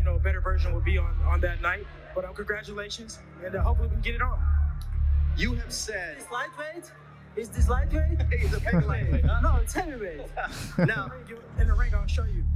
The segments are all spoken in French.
a better version will be on that night. But congratulations, and hopefully we can get it on. You have said... Is this lightweight? It's a big lightweight. No, it's heavyweight. Now, in the ring, I'll show you.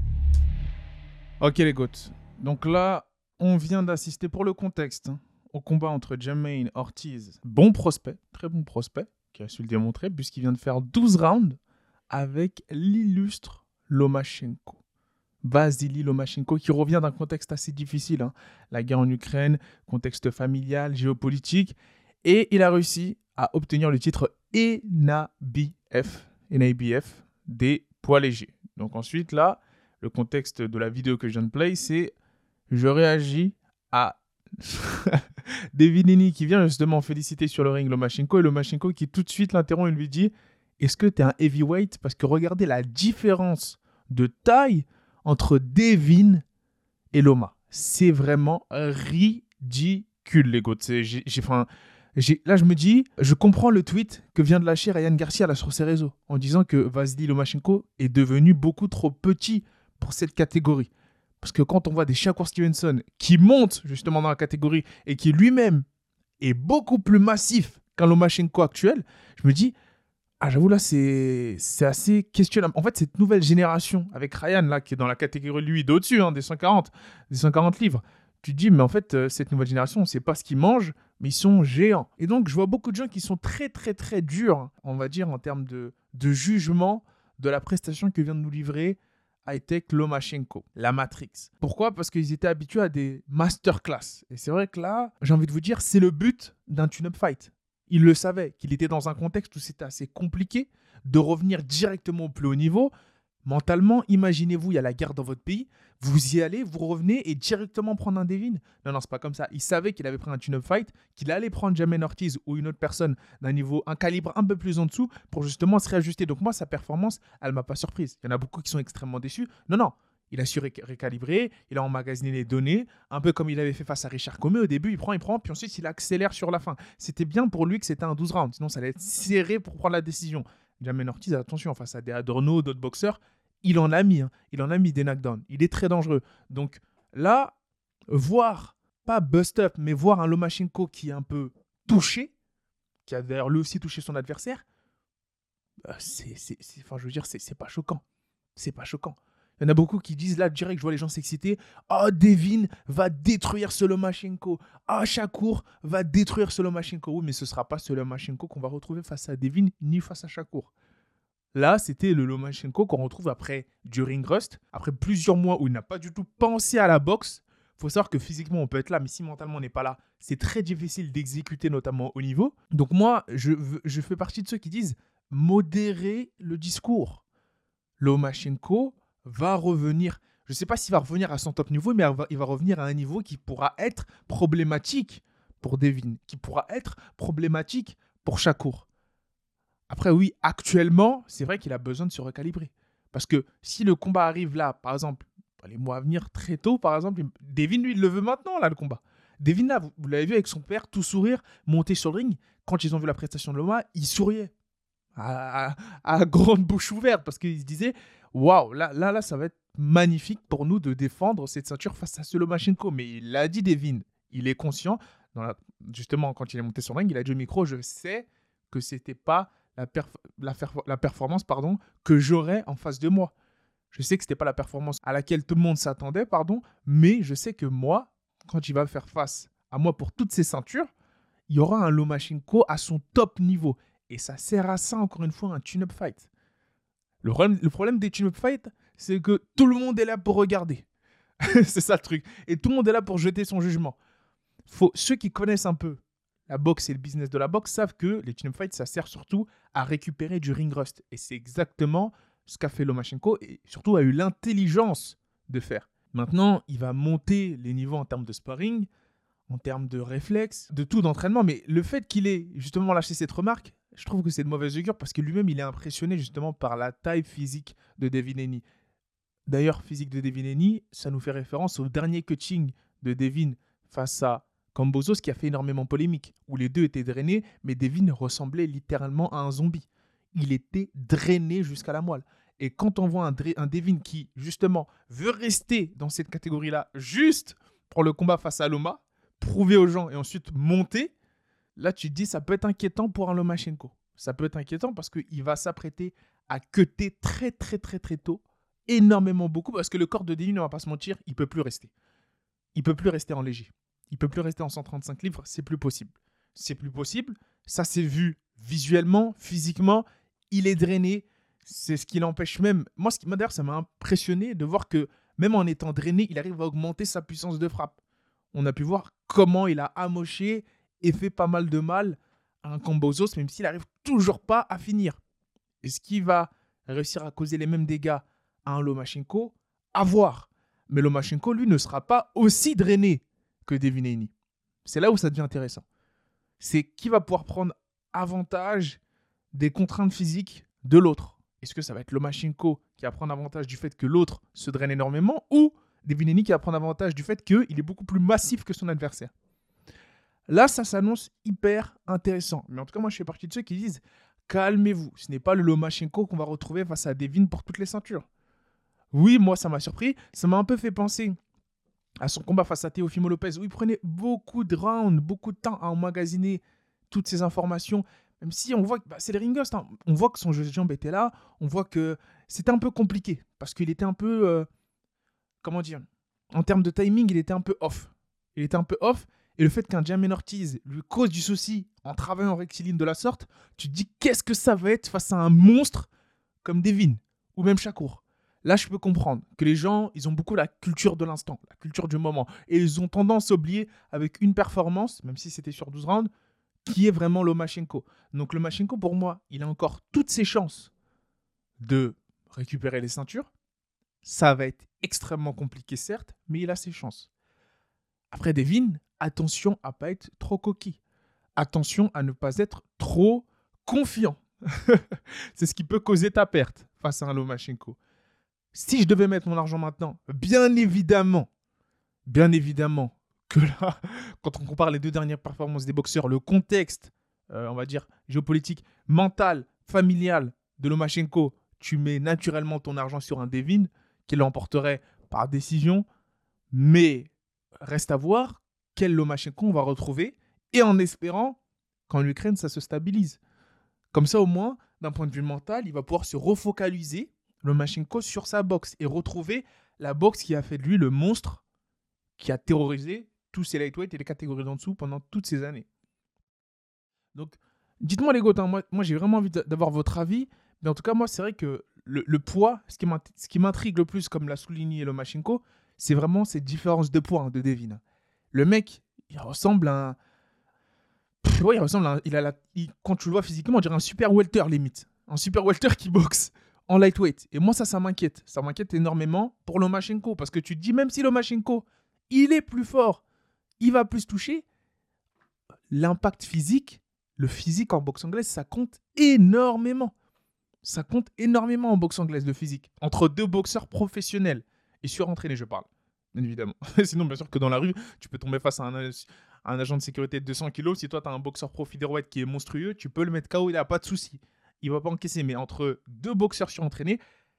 Ok les GOAT. Donc là, on vient d'assister pour le contexte au combat entre Jermaine Ortiz, bon prospect, très bon prospect, qui a su le démontrer puisqu'il vient de faire 12 rounds avec l'illustre Lomachenko. Vasily Lomachenko qui revient d'un contexte assez difficile, la guerre en Ukraine, contexte familial, géopolitique, et il a réussi à obtenir le titre NABF des poids légers. Donc ensuite là, le contexte de la vidéo que je viens de play, c'est je réagis à Devin Haney qui vient justement féliciter sur le ring Lomachenko, et Lomachenko qui tout de suite l'interrompt et lui dit « Est-ce que tu es un heavyweight ?» Parce que regardez la différence de taille entre Devin et Loma. C'est vraiment ridicule, les gars. Là, je me dis, je comprends le tweet que vient de lâcher Ryan Garcia là, sur ses réseaux en disant que Vasily Lomachenko est devenu beaucoup trop petit pour cette catégorie. Parce que quand on voit des Shakur Stevenson qui montent justement dans la catégorie et qui lui-même est beaucoup plus massif qu'un Lomachenko actuel, je me dis, j'avoue là, c'est assez questionnable. En fait, cette nouvelle génération avec Ryan là, qui est dans la catégorie lui d'au-dessus, des 140 livres, tu te dis, mais en fait, cette nouvelle génération, on ne sait pas ce qu'ils mangent, mais ils sont géants. Et donc, je vois beaucoup de gens qui sont très, très, très durs, on va dire, en termes de jugement de la prestation que vient de nous livrer Hightech Lomachenko, la Matrix. Pourquoi ? Parce qu'ils étaient habitués à des masterclass. Et c'est vrai que là, j'ai envie de vous dire, c'est le but d'un tune-up fight. Il le savait, qu'il était dans un contexte où c'était assez compliqué de revenir directement au plus haut niveau. Mentalement, imaginez-vous, il y a la guerre dans votre pays, vous y allez, vous revenez et directement prendre un Devin. Non, c'est pas comme ça. Il savait qu'il avait pris un tune-up fight, qu'il allait prendre Jermaine Ortiz ou une autre personne un calibre un peu plus en dessous pour justement se réajuster. Donc moi, sa performance, elle m'a pas surprise. Il y en a beaucoup qui sont extrêmement déçus. Non, il a su récalibrer, il a emmagasiné les données, un peu comme il avait fait face à Richard Commey. Au début, il prend, puis ensuite, il accélère sur la fin. C'était bien pour lui que c'était un 12 rounds, sinon ça allait être serré pour prendre la décision. Jermaine Ortiz, attention, face à des Adorno, d'autres boxeurs, il en a mis des knockdowns. Il est très dangereux. Donc là, voir, pas bust-up, mais voir un Lomachenko qui est un peu touché, qui a d'ailleurs lui aussi touché son adversaire, c'est pas choquant. C'est pas choquant. Il y en a beaucoup qui disent, là, direct, je vois les gens s'exciter. Devin va détruire ce Lomachenko. Shakur va détruire ce Lomachenko. Oui, mais ce ne sera pas ce Lomachenko qu'on va retrouver face à Devin, ni face à Shakur. Là, c'était le Lomachenko qu'on retrouve après du ring rust, après plusieurs mois où il n'a pas du tout pensé à la boxe. Il faut savoir que physiquement, on peut être là, mais si mentalement, on n'est pas là, c'est très difficile d'exécuter, notamment au niveau. Donc moi, je fais partie de ceux qui disent modérer le discours. Lomachenko va revenir, je ne sais pas s'il va revenir à son top niveau, mais il va revenir à un niveau qui pourra être problématique pour Devin, qui pourra être problématique pour Shakur. Après, oui, actuellement, c'est vrai qu'il a besoin de se recalibrer. Parce que si le combat arrive là, par exemple, dans les mois à venir, très tôt, par exemple, Devin, lui, il le veut maintenant, là, le combat. Devin, là, vous l'avez vu avec son père, tout sourire, monter sur le ring. Quand ils ont vu la prestation de Loma, il souriait. À grande bouche ouverte, parce qu'il se disait, waouh, là, ça va être magnifique pour nous de défendre cette ceinture face à ce Lomachenko. Mais il l'a dit, Devin, il est conscient. Justement, quand il est monté sur le ring, il a dit au micro, je sais que c'était pas la performance que j'aurais en face de moi. Je sais que c'était pas la performance à laquelle tout le monde s'attendait, mais je sais que moi, quand il va faire face à moi pour toutes ces ceintures, il y aura un Lomachenko à son top niveau. Et ça sert à ça, encore une fois, un tune-up fight. Le problème des tune-up fights, c'est que tout le monde est là pour regarder. C'est ça le truc. Et tout le monde est là pour jeter son jugement. Ceux qui connaissent un peu la boxe et le business de la boxe savent que les tune-up fights, ça sert surtout à récupérer du ring rust. Et c'est exactement ce qu'a fait Lomachenko et surtout a eu l'intelligence de faire. Maintenant, il va monter les niveaux en termes de sparring, en termes de réflexes, de tout, d'entraînement. Mais le fait qu'il ait justement lâché cette remarque, je trouve que c'est de mauvaise augure parce que lui-même, il est impressionné justement par la taille physique de Devin Haney. D'ailleurs, physique de Devin Haney, ça nous fait référence au dernier coaching de Devin face à Kambosos qui a fait énormément polémique, où les deux étaient drainés, mais Devin ressemblait littéralement à un zombie. Il était drainé jusqu'à la moelle. Et quand on voit un Devin qui, justement, veut rester dans cette catégorie-là, juste pour le combat face à Loma, prouver aux gens et ensuite monter, là, tu te dis, ça peut être inquiétant pour un Lomachenko. Ça peut être inquiétant parce qu'il va s'apprêter à cutter très, très, très, très tôt, énormément beaucoup, parce que le corps de Devin, on va pas se mentir, il peut plus rester. Il peut plus rester en léger. Il peut plus rester en 135 livres, c'est plus possible. C'est plus possible, ça s'est vu visuellement, physiquement, il est drainé, c'est ce qui l'empêche même. Moi, d'ailleurs, ça m'a impressionné de voir que même en étant drainé, il arrive à augmenter sa puissance de frappe. On a pu voir comment il a amoché et fait pas mal de mal à un Kambosos, même s'il n'arrive toujours pas à finir. Est-ce qu'il va réussir à causer les mêmes dégâts à un Lomachenko? À voir. Mais Lomachenko, lui, ne sera pas aussi drainé que Devin Haney. C'est là où ça devient intéressant. C'est qui va pouvoir prendre avantage des contraintes physiques de l'autre. Est-ce que ça va être Lomachenko qui va prendre avantage du fait que l'autre se draine énormément, ou Devin Haney qui va prendre avantage du fait qu'il est beaucoup plus massif que son adversaire? Là, ça s'annonce hyper intéressant. Mais en tout cas, moi, je fais partie de ceux qui disent calmez-vous. Ce n'est pas le Lomachenko qu'on va retrouver face à Devin pour toutes les ceintures. Oui, moi, ça m'a surpris. Ça m'a un peu fait penser à son combat face à Teofimo Lopez, où il prenait beaucoup de rounds, beaucoup de temps à emmagasiner toutes ces informations. Même si on voit que c'est le Ringost, hein. On voit que son jeu de jambes était là. On voit que c'était un peu compliqué. Parce qu'il était un peu... comment dire? En termes de timing, il était un peu off. Et le fait qu'un Jamel Ortiz lui cause du souci en travaillant en rectiligne de la sorte, tu te dis qu'est-ce que ça va être face à un monstre comme Devin ou même Shakur. Là, je peux comprendre que les gens, ils ont beaucoup la culture de l'instant, la culture du moment. Et ils ont tendance à oublier avec une performance, même si c'était sur 12 rounds, qui est vraiment Lomachenko. Donc Lomachenko, pour moi, il a encore toutes ses chances de récupérer les ceintures. Ça va être extrêmement compliqué, certes, mais il a ses chances. Après, Devin, attention à ne pas être trop coquille. Attention à ne pas être trop confiant. C'est ce qui peut causer ta perte face à un Lomachenko. Si je devais mettre mon argent maintenant, bien évidemment que là, quand on compare les deux dernières performances des boxeurs, le contexte, on va dire, géopolitique, mental, familial de Lomachenko, tu mets naturellement ton argent sur un Devin qui l'emporterait par décision. Mais reste à voir quel Lomachenko on va retrouver et en espérant qu'en Ukraine, ça se stabilise. Comme ça, au moins, d'un point de vue mental, il va pouvoir se refocaliser, Lomachenko, sur sa boxe et retrouver la boxe qui a fait de lui le monstre qui a terrorisé tous ces lightweights et les catégories d'en dessous pendant toutes ces années. Donc, dites-moi les gars, moi j'ai vraiment envie d'avoir votre avis, mais en tout cas, moi, c'est vrai que le poids, ce qui m'intrigue le plus, comme l'a souligné Lomachenko, c'est vraiment cette différence de poids de Devin. Le mec, il ressemble à un... Ouais, il ressemble à un... Quand tu le vois physiquement, on dirait un super welter limite. Un super welter qui boxe en lightweight. Et moi, ça m'inquiète. Ça m'inquiète énormément pour Lomachenko. Parce que tu te dis, même si Lomachenko, il est plus fort, il va plus toucher, l'impact physique, le physique en boxe anglaise, ça compte énormément. Ça compte énormément en boxe anglaise, le physique. Entre deux boxeurs professionnels. Et surentraînés, je parle. Bien évidemment. Sinon, bien sûr que dans la rue, tu peux tomber face à un agent de sécurité de 200 kilos. Si toi, tu as un boxeur pro featherweight qui est monstrueux, tu peux le mettre KO, il n'a pas de souci. Il ne va pas encaisser. Mais entre deux boxeurs surentraînés,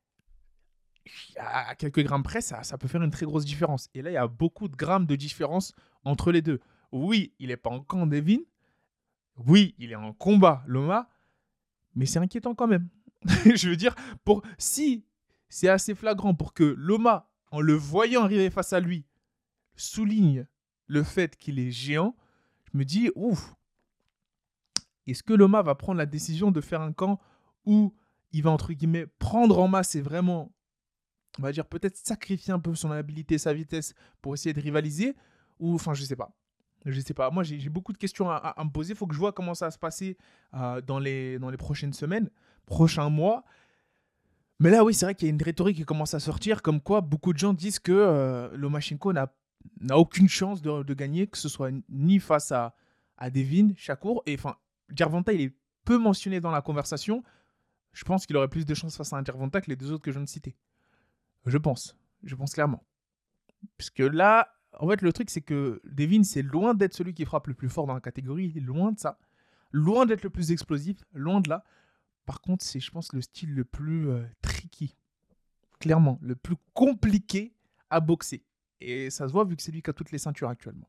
à quelques grammes près, ça peut faire une très grosse différence. Et là, il y a beaucoup de grammes de différence entre les deux. Oui, il n'est pas en camp Devin. Oui, il est en combat Loma. Mais c'est inquiétant quand même. Je veux dire, si c'est assez flagrant pour que Loma, en le voyant arriver face à lui, souligne le fait qu'il est géant, je me dis, ouf, est-ce que Loma va prendre la décision de faire un camp où il va, entre guillemets, prendre en masse et vraiment, on va dire, peut-être sacrifier un peu son habilité, sa vitesse pour essayer de rivaliser, ou, enfin, je sais pas. Moi, j'ai beaucoup de questions à me poser. Il faut que je vois comment ça va se passer dans les prochaines semaines, prochains mois. Mais là, oui, c'est vrai qu'il y a une rhétorique qui commence à sortir, comme quoi beaucoup de gens disent que Lomachenko n'a aucune chance de gagner, que ce soit ni face à Devin, Shakur. Et enfin, Gervonta, il est peu mentionné dans la conversation. Je pense qu'il aurait plus de chances face à un Gervonta que les deux autres que je viens de citer. Je pense clairement. Puisque là, en fait, le truc, c'est que Devin, c'est loin d'être celui qui frappe le plus fort dans la catégorie. Il est loin de ça. Loin d'être le plus explosif. Loin de là. Par contre, c'est, je pense, le style le plus tricky. Clairement, le plus compliqué à boxer. Et ça se voit vu que c'est lui qui a toutes les ceintures actuellement.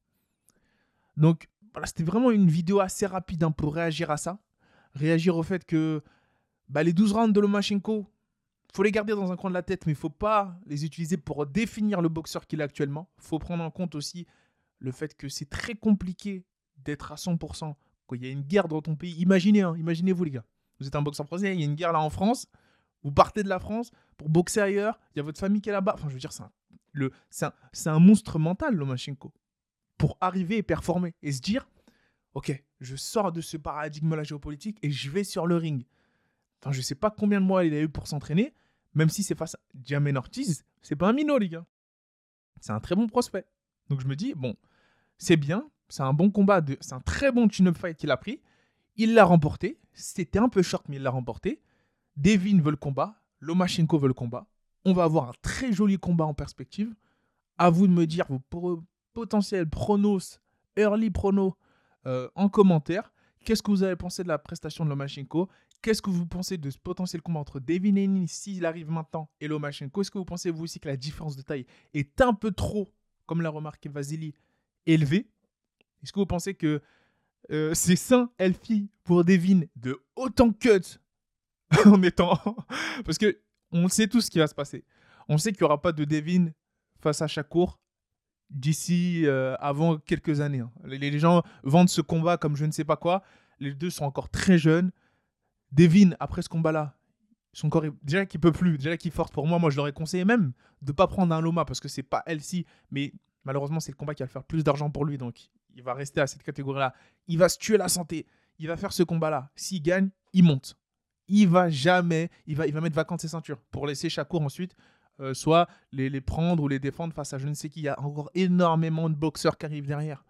Donc, voilà, c'était vraiment une vidéo assez rapide pour réagir à ça. Réagir au fait que les 12 rounds de Lomachenko, il faut les garder dans un coin de la tête, mais il ne faut pas les utiliser pour définir le boxeur qu'il est actuellement. Il faut prendre en compte aussi le fait que c'est très compliqué d'être à 100% quand il y a une guerre dans ton pays. Imaginez-vous les gars. Vous êtes un boxeur français, il y a une guerre là en France, vous partez de la France pour boxer ailleurs, il y a votre famille qui est là-bas. Enfin, je veux dire, c'est un monstre mental, Lomachenko, pour arriver et performer et se dire, ok, je sors de ce paradigme-là géopolitique et je vais sur le ring. Enfin, je ne sais pas combien de mois il a eu pour s'entraîner, même si c'est face à Jermaine Ortiz, c'est pas un minot, les gars. C'est un très bon prospect. Donc je me dis, bon, c'est bien, c'est un bon combat, c'est un très bon tune-up fight qu'il a pris. Il l'a remporté. C'était un peu short, mais il l'a remporté. Devin veut le combat. Lomachenko veut le combat. On va avoir un très joli combat en perspective. À vous de me dire vos potentiels pronos, early pronos en commentaire. Qu'est-ce que vous avez pensé de la prestation de Lomachenko ? Qu'est-ce que vous pensez de ce potentiel combat entre Devin Haney, s'il arrive maintenant, et Lomachenko ? Est-ce que vous pensez vous aussi que la différence de taille est un peu trop, comme l'a remarqué Vasily, élevée ? Est-ce que vous pensez que c'est sain, healthy pour Devin de autant cut en étant... Parce qu'on sait tout ce qui va se passer. On sait qu'il n'y aura pas de Devin face à Shakur d'ici avant quelques années. Hein. Les gens vendent ce combat comme je ne sais pas quoi. Les deux sont encore très jeunes. Devin, après ce combat-là, son corps est... déjà qu'il ne peut plus, déjà qu'il force. Pour moi, je leur ai conseillé même de ne pas prendre un Loma parce que ce n'est pas healthy. Mais malheureusement, c'est le combat qui va faire plus d'argent pour lui. Donc, il va rester à cette catégorie-là. Il va se tuer la santé. Il va faire ce combat-là. S'il gagne, il monte. Il va mettre vacante ses ceintures pour laisser Shakur ensuite soit les prendre ou les défendre face à je ne sais qui. Il y a encore énormément de boxeurs qui arrivent derrière.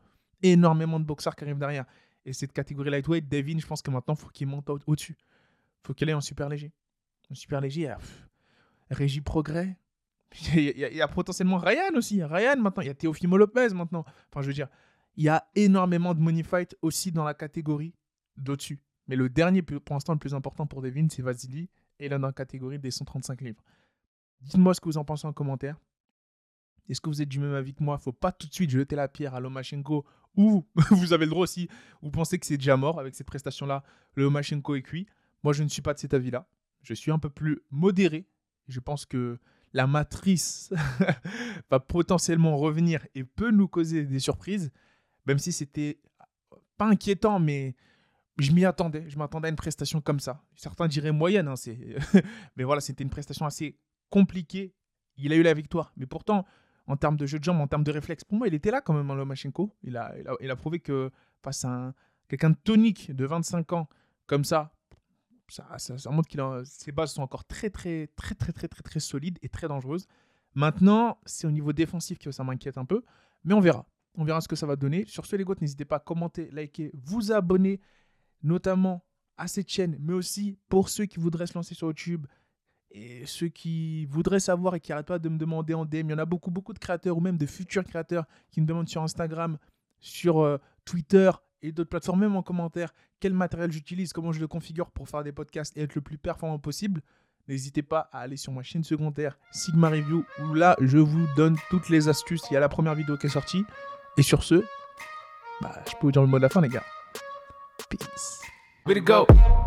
Et cette catégorie lightweight, Devin, je pense que maintenant, il faut qu'il monte au-dessus. Il faut qu'il aille en super léger. En super léger, il y a Régis Progrès. Il y a potentiellement Ryan aussi. Ryan maintenant. Il y a Teofimo Lopez maintenant. Enfin, je veux dire, il y a énormément de money fight aussi dans la catégorie d'au-dessus. Mais le dernier, pour l'instant, le plus important pour Devin, c'est Vasily. Et là, dans la catégorie des 135 livres. Dites-moi ce que vous en pensez en commentaire. Est-ce que vous êtes du même avis que moi ? Il ne faut pas tout de suite jeter la pierre à Lomachenko. Ou vous avez le droit aussi, vous pensez que c'est déjà mort avec cette prestation-là. Le Lomachenko est cuit. Moi, je ne suis pas de cet avis-là. Je suis un peu plus modéré. Je pense que la matrice va potentiellement revenir et peut nous causer des surprises. Même si c'était pas inquiétant, mais je m'y attendais. Je m'attendais à une prestation comme ça. Certains diraient moyenne. Hein, mais voilà, c'était une prestation assez compliquée. Il a eu la victoire. Mais pourtant, en termes de jeu de jambes, en termes de réflexe, pour moi, il était là quand même, hein, Lomachenko. Il a prouvé que face à quelqu'un de tonique de 25 ans, comme ça montre que ses bases sont encore très solides et très dangereuses. Maintenant, c'est au niveau défensif que ça m'inquiète un peu. Mais on verra. On verra ce que ça va donner. Sur ce, les gars, n'hésitez pas à commenter, liker, vous abonner, notamment à cette chaîne, mais aussi pour ceux qui voudraient se lancer sur YouTube et ceux qui voudraient savoir et qui n'arrêtent pas de me demander en DM. Il y en a beaucoup de créateurs ou même de futurs créateurs qui me demandent sur Instagram, sur Twitter et d'autres plateformes, même en commentaire, quel matériel j'utilise, comment je le configure pour faire des podcasts et être le plus performant possible. N'hésitez pas à aller sur ma chaîne secondaire Sigma Review où là, je vous donne toutes les astuces. Il y a la première vidéo qui est sortie. Et sur ce, je peux vous dire le mot de la fin, les gars. Peace. Way to go.